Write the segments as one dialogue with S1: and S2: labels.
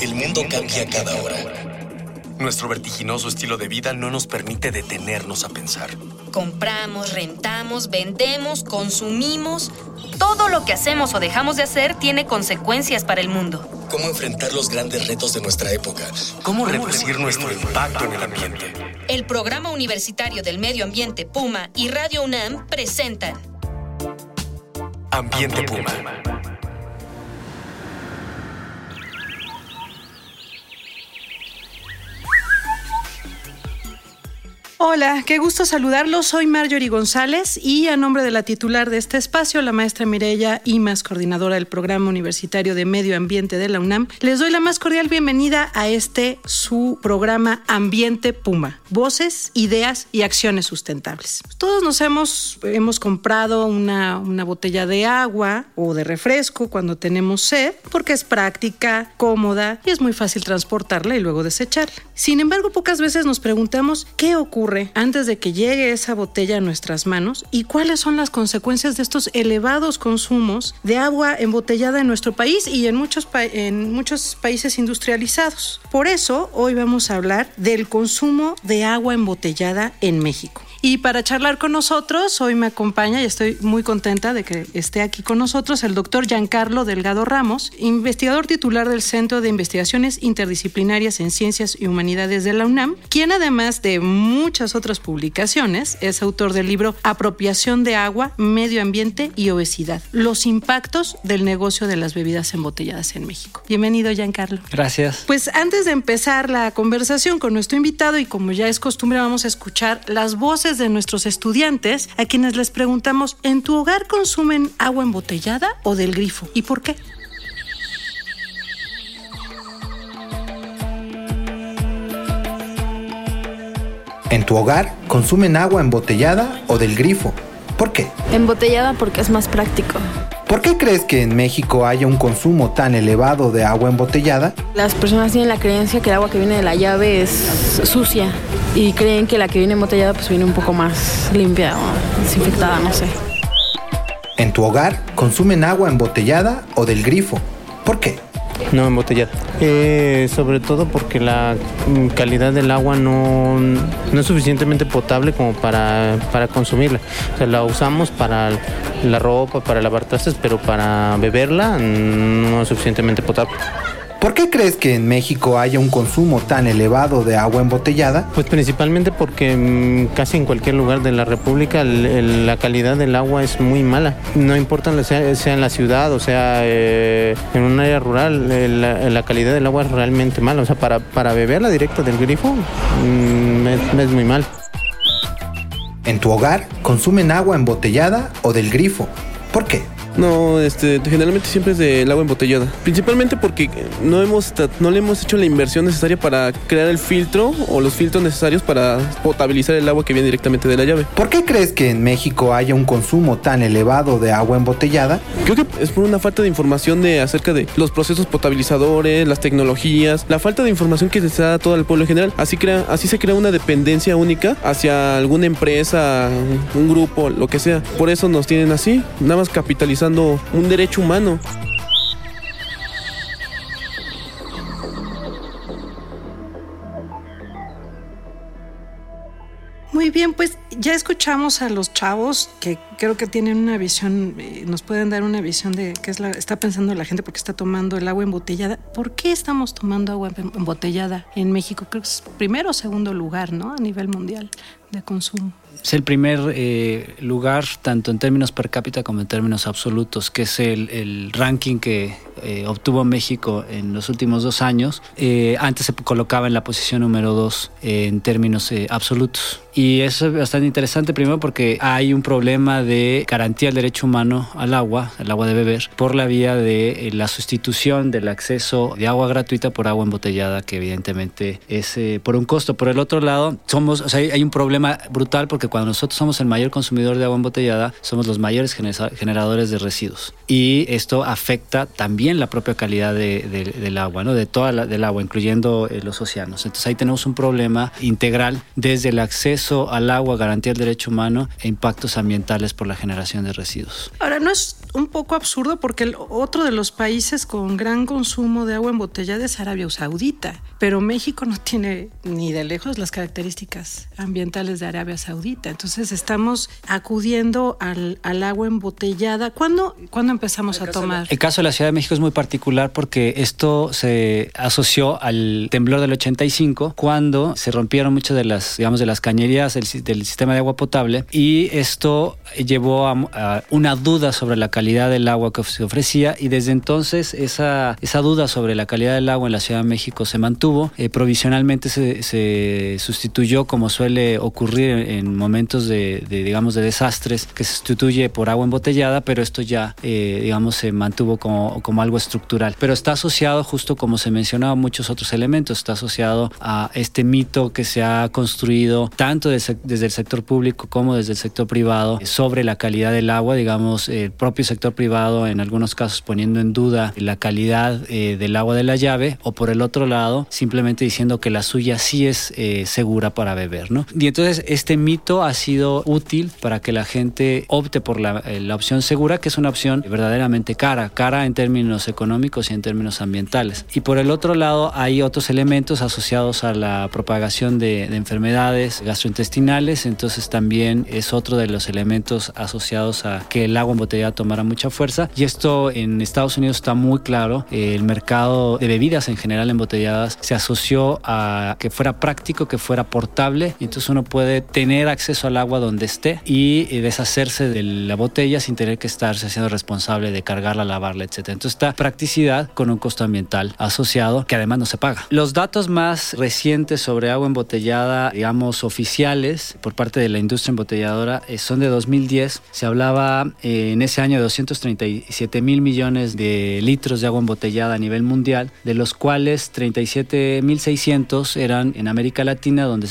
S1: El mundo cambia cada hora.
S2: Nuestro vertiginoso estilo de vida no nos permite detenernos a pensar.
S3: Compramos, rentamos, vendemos, consumimos. Todo lo que hacemos o dejamos de hacer tiene consecuencias para el mundo.
S1: ¿Cómo enfrentar los grandes retos de nuestra época?
S2: ¿Cómo reducir nuestro impacto en el ambiente?
S3: El Programa Universitario del Medio Ambiente Puma y Radio UNAM presentan
S2: Ambiente Puma.
S4: Hola, qué gusto saludarlos. Soy Marjorie González y a nombre de la titular de este espacio, la maestra Mireya Imas, coordinadora del Programa Universitario de Medio Ambiente de la UNAM, les doy la más cordial bienvenida a su programa Ambiente Puma. Voces, ideas y acciones sustentables. Todos nos hemos comprado una botella de agua o de refresco cuando tenemos sed, porque es práctica, cómoda y es muy fácil transportarla y luego desecharla. Sin embargo, pocas veces nos preguntamos qué ocurre antes de que llegue esa botella a nuestras manos y cuáles son las consecuencias de estos elevados consumos de agua embotellada en nuestro país y en muchos países industrializados. Por eso, hoy vamos a hablar del consumo de agua embotellada en México. Y para charlar con nosotros, hoy me acompaña y estoy muy contenta de que esté aquí con nosotros el doctor Giancarlo Delgado Ramos, investigador titular del Centro de Investigaciones Interdisciplinarias en Ciencias y Humanidades de la UNAM, quien además de muchas otras publicaciones es autor del libro Apropiación de Agua, Medio Ambiente y Obesidad, los impactos del negocio de las bebidas embotelladas en México. Bienvenido, Giancarlo.
S5: Gracias.
S4: Pues antes de empezar la conversación con nuestro invitado y como ya es costumbre, vamos a escuchar las voces de nuestros estudiantes a quienes les preguntamos: ¿en tu hogar consumen agua embotellada o del grifo? ¿Y por qué?
S6: ¿En tu hogar consumen agua embotellada o del grifo? ¿Por qué?
S7: Embotellada porque es más práctico.
S6: ¿Por qué crees que en México haya un consumo tan elevado de agua embotellada?
S7: Las personas tienen la creencia que el agua que viene de la llave es sucia y creen que la que viene embotellada pues viene un poco más limpia o desinfectada, no sé.
S6: ¿En tu hogar consumen agua embotellada o del grifo? ¿Por qué?
S5: No, embotellada. Sobre todo porque la calidad del agua no es suficientemente potable como para consumirla. O sea, la usamos para la ropa, para lavar trastes, pero para beberla no es suficientemente potable.
S6: ¿Por qué crees que en México haya un consumo tan elevado de agua embotellada?
S5: Pues principalmente porque casi en cualquier lugar de la República la calidad del agua es muy mala. No importa sea en la ciudad o sea en un área rural, la calidad del agua es realmente mala. O sea, para beberla directa del grifo es muy mal.
S6: ¿En tu hogar consumen agua embotellada o del grifo? ¿Por qué?
S8: No, generalmente siempre es del agua embotellada. Principalmente porque no le hemos hecho la inversión necesaria para crear el filtro o los filtros necesarios para potabilizar el agua que viene directamente de la llave.
S6: ¿Por qué crees que en México haya un consumo tan elevado de agua embotellada?
S8: Creo que es por una falta de información acerca de los procesos potabilizadores, las tecnologías, la falta de información que se da a todo el pueblo en general. Así se crea una dependencia única hacia alguna empresa, un grupo, lo que sea. Por eso nos tienen así, nada más capitalizando un derecho humano.
S4: Muy bien, pues ya escuchamos a los chavos que creo que tienen una visión, nos pueden dar una visión de qué está pensando la gente porque está tomando el agua embotellada. ¿Por qué estamos tomando agua embotellada en México? Creo que es primero o segundo lugar, ¿no? A nivel mundial de consumo.
S9: Es el primer lugar, tanto en términos per cápita como en términos absolutos, que es el ranking que obtuvo México en los últimos 2 años. Antes se colocaba en la posición número 2 en términos absolutos. Y eso es bastante interesante, primero porque hay un problema de garantía del derecho humano al agua de beber, por la vía de la sustitución del acceso de agua gratuita por agua embotellada, que evidentemente es por un costo. Por el otro lado, hay un problema brutal porque cuando nosotros somos el mayor consumidor de agua embotellada, somos los mayores generadores de residuos. Y esto afecta también también la propia calidad del agua, ¿no? Del agua, incluyendo los océanos. Entonces ahí tenemos un problema integral desde el acceso al agua, garantía del derecho humano e impactos ambientales por la generación de residuos.
S4: Ahora, ¿no es un poco absurdo? Porque otro de los países con gran consumo de agua embotellada es Arabia Saudita, pero México no tiene ni de lejos las características ambientales de Arabia Saudita. Entonces estamos acudiendo al agua embotellada. ¿Cuándo empezamos a tomar?
S9: El caso de la Ciudad de México es muy particular porque esto se asoció al temblor del 85, cuando se rompieron muchas de las cañerías del sistema de agua potable, y esto llevó a una duda sobre la calidad del agua que se ofrecía, y desde entonces esa duda sobre la calidad del agua en la Ciudad de México se mantuvo. Provisionalmente se sustituyó, como suele ocurrir en momentos de desastres, que se sustituye por agua embotellada, pero esto ya se mantuvo como algo estructural. Pero está asociado, justo como se mencionaba, a muchos otros elementos. Está asociado a este mito que se ha construido tanto desde el sector público como desde el sector privado sobre la calidad del agua, el propio sector privado en algunos casos poniendo en duda la calidad del agua de la llave, o por el otro lado simplemente diciendo que la suya sí es segura para beber, ¿no? Y entonces este mito ha sido útil para que la gente opte por la opción segura, que es una opción verdaderamente cara en términos económicos y en términos ambientales. Y por el otro lado hay otros elementos asociados a la propagación de enfermedades gastrointestinales. Entonces también es otro de los elementos asociados a que el agua embotellada tomara mucha fuerza, y esto en Estados Unidos está muy claro. El mercado de bebidas en general embotelladas se asoció a que fuera práctico, que fuera portable, y entonces uno puede tener acceso al agua donde esté y deshacerse de la botella sin tener que estarse haciendo responsable de cargarla, lavarla, etc. Entonces esta practicidad con un costo ambiental asociado que además no se paga. Los datos más recientes sobre agua embotellada, oficiales por parte de la industria embotelladora, son de 2010. Se hablaba en ese año de 237 mil millones de litros de agua embotellada a nivel mundial, de los cuales 37.600 eran en América Latina, donde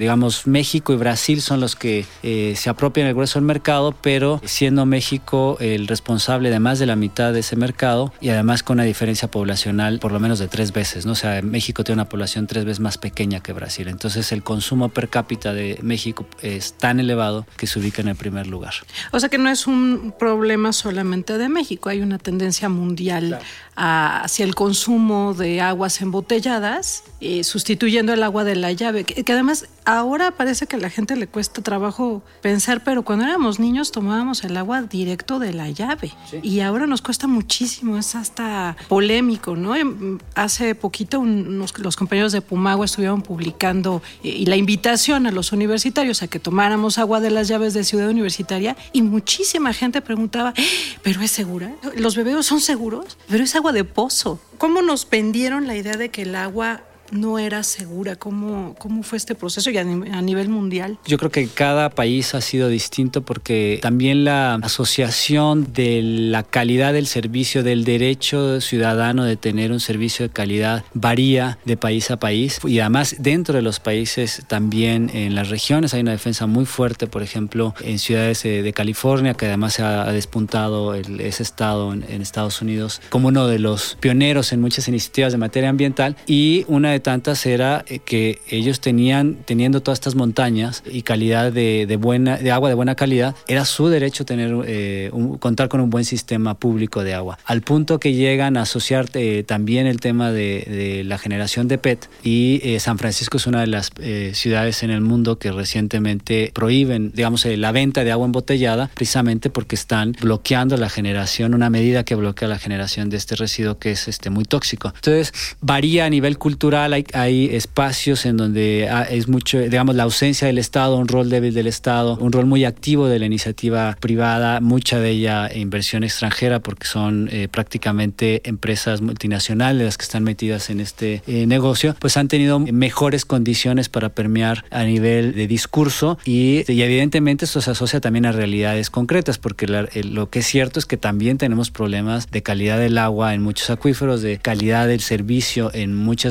S9: México y Brasil son los que se apropian el grueso del mercado, pero siendo México el responsable de más de la mitad de ese mercado, y además con una diferencia poblacional por lo menos de 3 veces, ¿no? O sea, México tiene una población 3 veces más pequeña que Brasil. Entonces el consumo per cápita de México es tan elevado que se ubica en el primer lugar.
S4: O sea que no es un problema solamente de México, hay una tendencia mundial hacia el consumo de aguas embotelladas, sustituyendo el agua de la llave, que además ahora parece que a la gente le cuesta trabajo pensar, pero cuando éramos niños tomábamos el agua directo de la llave, sí. Y ahora nos cuesta muchísimo, es hasta polémico, ¿no? Hace poquito los compañeros de Pumagua estuvieron publicando y la invitación a los universitarios a que tomáramos agua de las llaves de Ciudad Universitaria, y muchísima gente preguntaba, ¿pero es segura? ¿Los bebedos son seguros? Pero es agua de pozo. ¿Cómo nos vendieron la idea de que el agua no era segura? ¿Cómo fue este proceso y a nivel mundial?
S9: Yo creo que cada país ha sido distinto, porque también la asociación de la calidad del servicio, del derecho ciudadano de tener un servicio de calidad, varía de país a país, y además dentro de los países también en las regiones hay una defensa muy fuerte. Por ejemplo, en ciudades de California, que además se ha despuntado ese estado en Estados Unidos como uno de los pioneros en muchas iniciativas de materia ambiental, y una de tantas era que ellos teniendo todas estas montañas y calidad de agua de buena calidad, era su derecho tener contar con un buen sistema público de agua, al punto que llegan a asociar también el tema de la generación de PET, y San Francisco es una de las ciudades en el mundo que recientemente prohíben, la venta de agua embotellada, precisamente porque están bloqueando la generación, una medida que bloquea la generación de este residuo que es muy tóxico. Entonces varía a nivel cultural. Hay espacios en donde es mucho, la ausencia del Estado, un rol débil del Estado, un rol muy activo de la iniciativa privada, mucha de ella inversión extranjera, porque son prácticamente empresas multinacionales las que están metidas en este negocio, pues han tenido mejores condiciones para permear a nivel de discurso, y evidentemente esto se asocia también a realidades concretas, porque lo que es cierto es que también tenemos problemas de calidad del agua en muchos acuíferos, de calidad del servicio en muchas de las ciudades,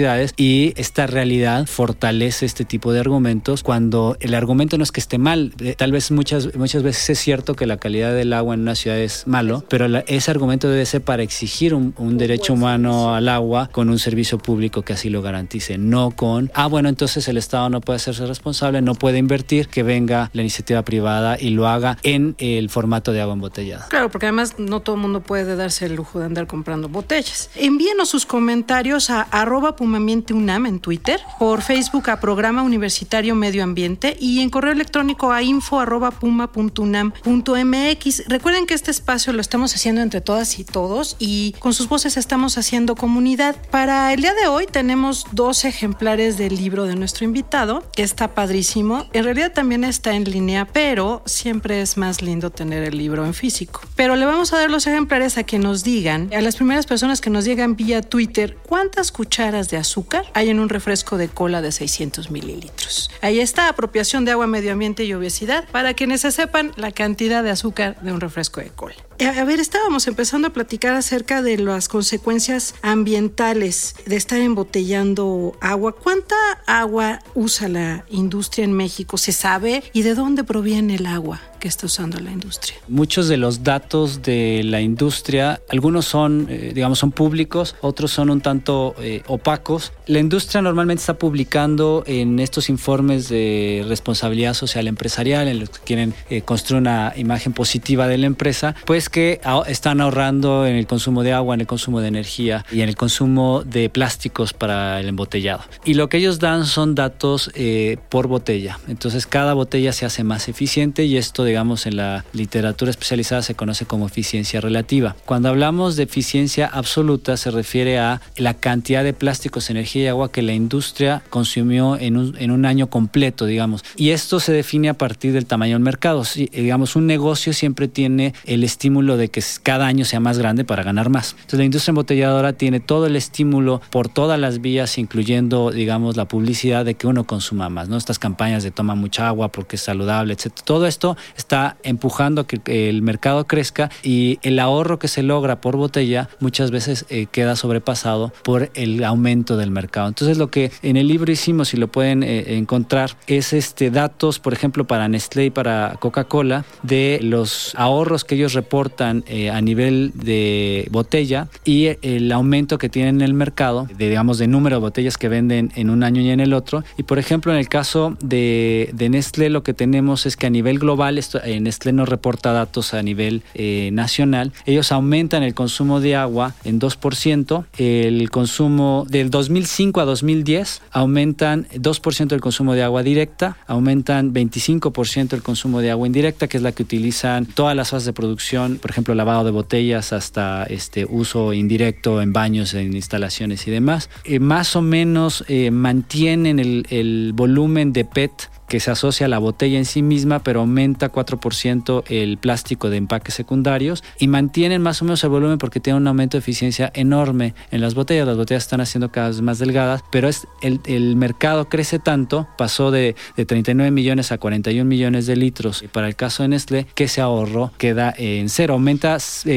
S9: universidades, y esta realidad fortalece este tipo de argumentos cuando el argumento no es que esté mal. Tal vez muchas veces es cierto que la calidad del agua en una ciudad es malo, pero ese argumento debe ser para exigir un derecho humano al agua con un servicio público que así lo garantice, no con, bueno, entonces el Estado no puede hacerse responsable, no puede invertir, que venga la iniciativa privada y lo haga en el formato de agua embotellada.
S4: Claro, porque además no todo el mundo puede darse el lujo de andar comprando botellas. Envíenos sus comentarios a @PumAmbienteUNAM en Twitter, por Facebook a Programa Universitario Medio Ambiente y en correo electrónico a info@puma.unam.mx. Recuerden que este espacio lo estamos haciendo entre todas y todos y con sus voces estamos haciendo comunidad. Para el día de hoy tenemos 2 ejemplares del libro de nuestro invitado, que está padrísimo. En realidad también está en línea, pero siempre es más lindo tener el libro en físico. Pero le vamos a dar los ejemplares a que nos digan, a las primeras personas que nos llegan vía Twitter, ¿cuántas cucharas de azúcar hay en un refresco de cola de 600 mililitros? Ahí está, apropiación de agua, medio ambiente y obesidad, para quienes se sepan la cantidad de azúcar de un refresco de cola. A ver, estábamos empezando a platicar acerca de las consecuencias ambientales de estar embotellando agua. ¿Cuánta agua usa la industria en México? ¿Se sabe? ¿Y de dónde proviene el agua que está usando la industria?
S9: Muchos de los datos de la industria, algunos son, son públicos, otros son un tanto opacos. La industria normalmente está publicando en estos informes de responsabilidad social empresarial, en los que quieren construir una imagen positiva de la empresa, pues que están ahorrando en el consumo de agua, en el consumo de energía y en el consumo de plásticos para el embotellado. Y lo que ellos dan son datos por botella. Entonces cada botella se hace más eficiente y esto, digamos, en la literatura especializada se conoce como eficiencia relativa. Cuando hablamos de eficiencia absoluta se refiere a la cantidad de plásticos, energía y agua que la industria consumió en un año completo, digamos. Y esto se define a partir del tamaño del mercado. Digamos, un negocio siempre tiene el estímulo de que cada año sea más grande para ganar más. Entonces la industria embotelladora tiene todo el estímulo por todas las vías, incluyendo, digamos, la publicidad de que uno consuma más, ¿no? Estas campañas de toma mucha agua porque es saludable, etc. Todo esto está empujando a que el mercado crezca y el ahorro que se logra por botella muchas veces queda sobrepasado por el aumento del mercado. Entonces lo que en el libro hicimos, y lo pueden encontrar, es datos, por ejemplo, para Nestlé y para Coca-Cola, de los ahorros que ellos reportan a nivel de botella y el aumento que tienen en el mercado de número de botellas que venden en un año y en el otro. Y por ejemplo, en el caso de Nestlé, lo que tenemos es que a nivel global, Nestlé no reporta datos a nivel nacional, ellos aumentan el consumo de agua en 2%, el consumo del 2005 a 2010 aumentan 2% el consumo de agua directa, aumentan 25% el consumo de agua indirecta, que es la que utilizan todas las fases de producción, por ejemplo, lavado de botellas hasta uso indirecto en baños, en instalaciones y demás. Más o menos mantienen el volumen de PET que se asocia a la botella en sí misma, pero aumenta 4% el plástico de empaques secundarios y mantienen más o menos el volumen porque tienen un aumento de eficiencia enorme en las botellas. Las botellas están haciendo cada vez más delgadas, pero el mercado crece tanto, pasó de 39 millones a 41 millones de litros. Para el caso de Nestlé, que ese ahorro queda en cero, aumenta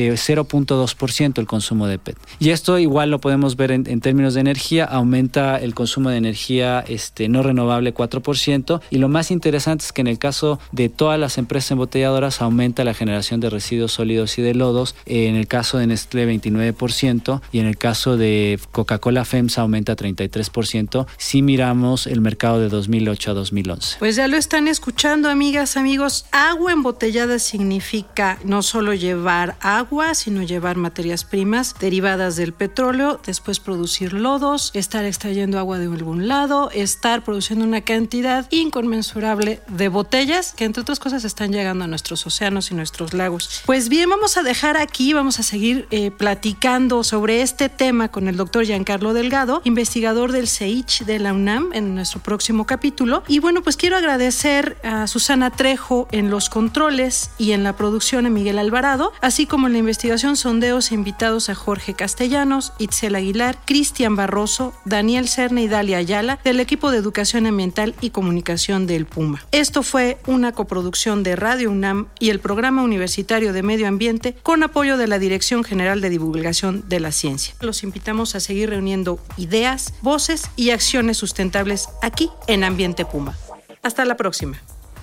S9: 0.2% el consumo de PET. Y esto igual lo podemos ver en términos de energía, aumenta el consumo de energía no renovable 4%, y lo más interesante es que en el caso de todas las empresas embotelladoras aumenta la generación de residuos sólidos y de lodos, en el caso de Nestlé 29% y en el caso de Coca-Cola FEMSA aumenta 33% si miramos el mercado de 2008 a 2011.
S4: Pues ya lo están escuchando, amigas, amigos. Agua embotellada significa no solo llevar agua, sino llevar materias primas derivadas del petróleo, después producir lodos, estar extrayendo agua de algún lado, estar produciendo una cantidad inconmensurable de botellas que, entre otras cosas, están llegando a nuestros océanos y nuestros lagos. Pues bien, vamos a dejar aquí, vamos a seguir platicando sobre este tema con el doctor Giancarlo Delgado, investigador del CEICH de la UNAM, en nuestro próximo capítulo. Y bueno, pues quiero agradecer a Susana Trejo en los controles y en la producción a Miguel Alvarado, así como en la investigación, sondeos e invitados a Jorge Castellanos, Itzel Aguilar, Cristian Barroso, Daniel Cerna y Dalia Ayala, del equipo de Educación Ambiental y Comunicación Fundación del Puma. Esto fue una coproducción de Radio UNAM y el Programa Universitario de Medio Ambiente con apoyo de la Dirección General de Divulgación de la Ciencia. Los invitamos a seguir reuniendo ideas, voces y acciones sustentables aquí en Ambiente Puma. Hasta la próxima.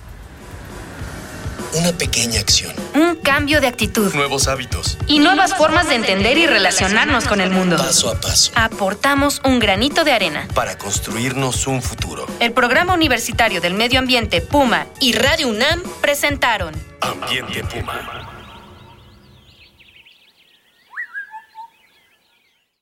S1: Una pequeña acción.
S3: Un cambio de actitud.
S2: Nuevos hábitos.
S3: Y nuevas formas de entender y relacionarnos con el mundo.
S1: Paso a paso.
S3: Aportamos un granito de arena.
S2: Para construirnos un futuro.
S3: El Programa Universitario del Medio Ambiente Puma y Radio UNAM presentaron
S2: Ambiente Puma.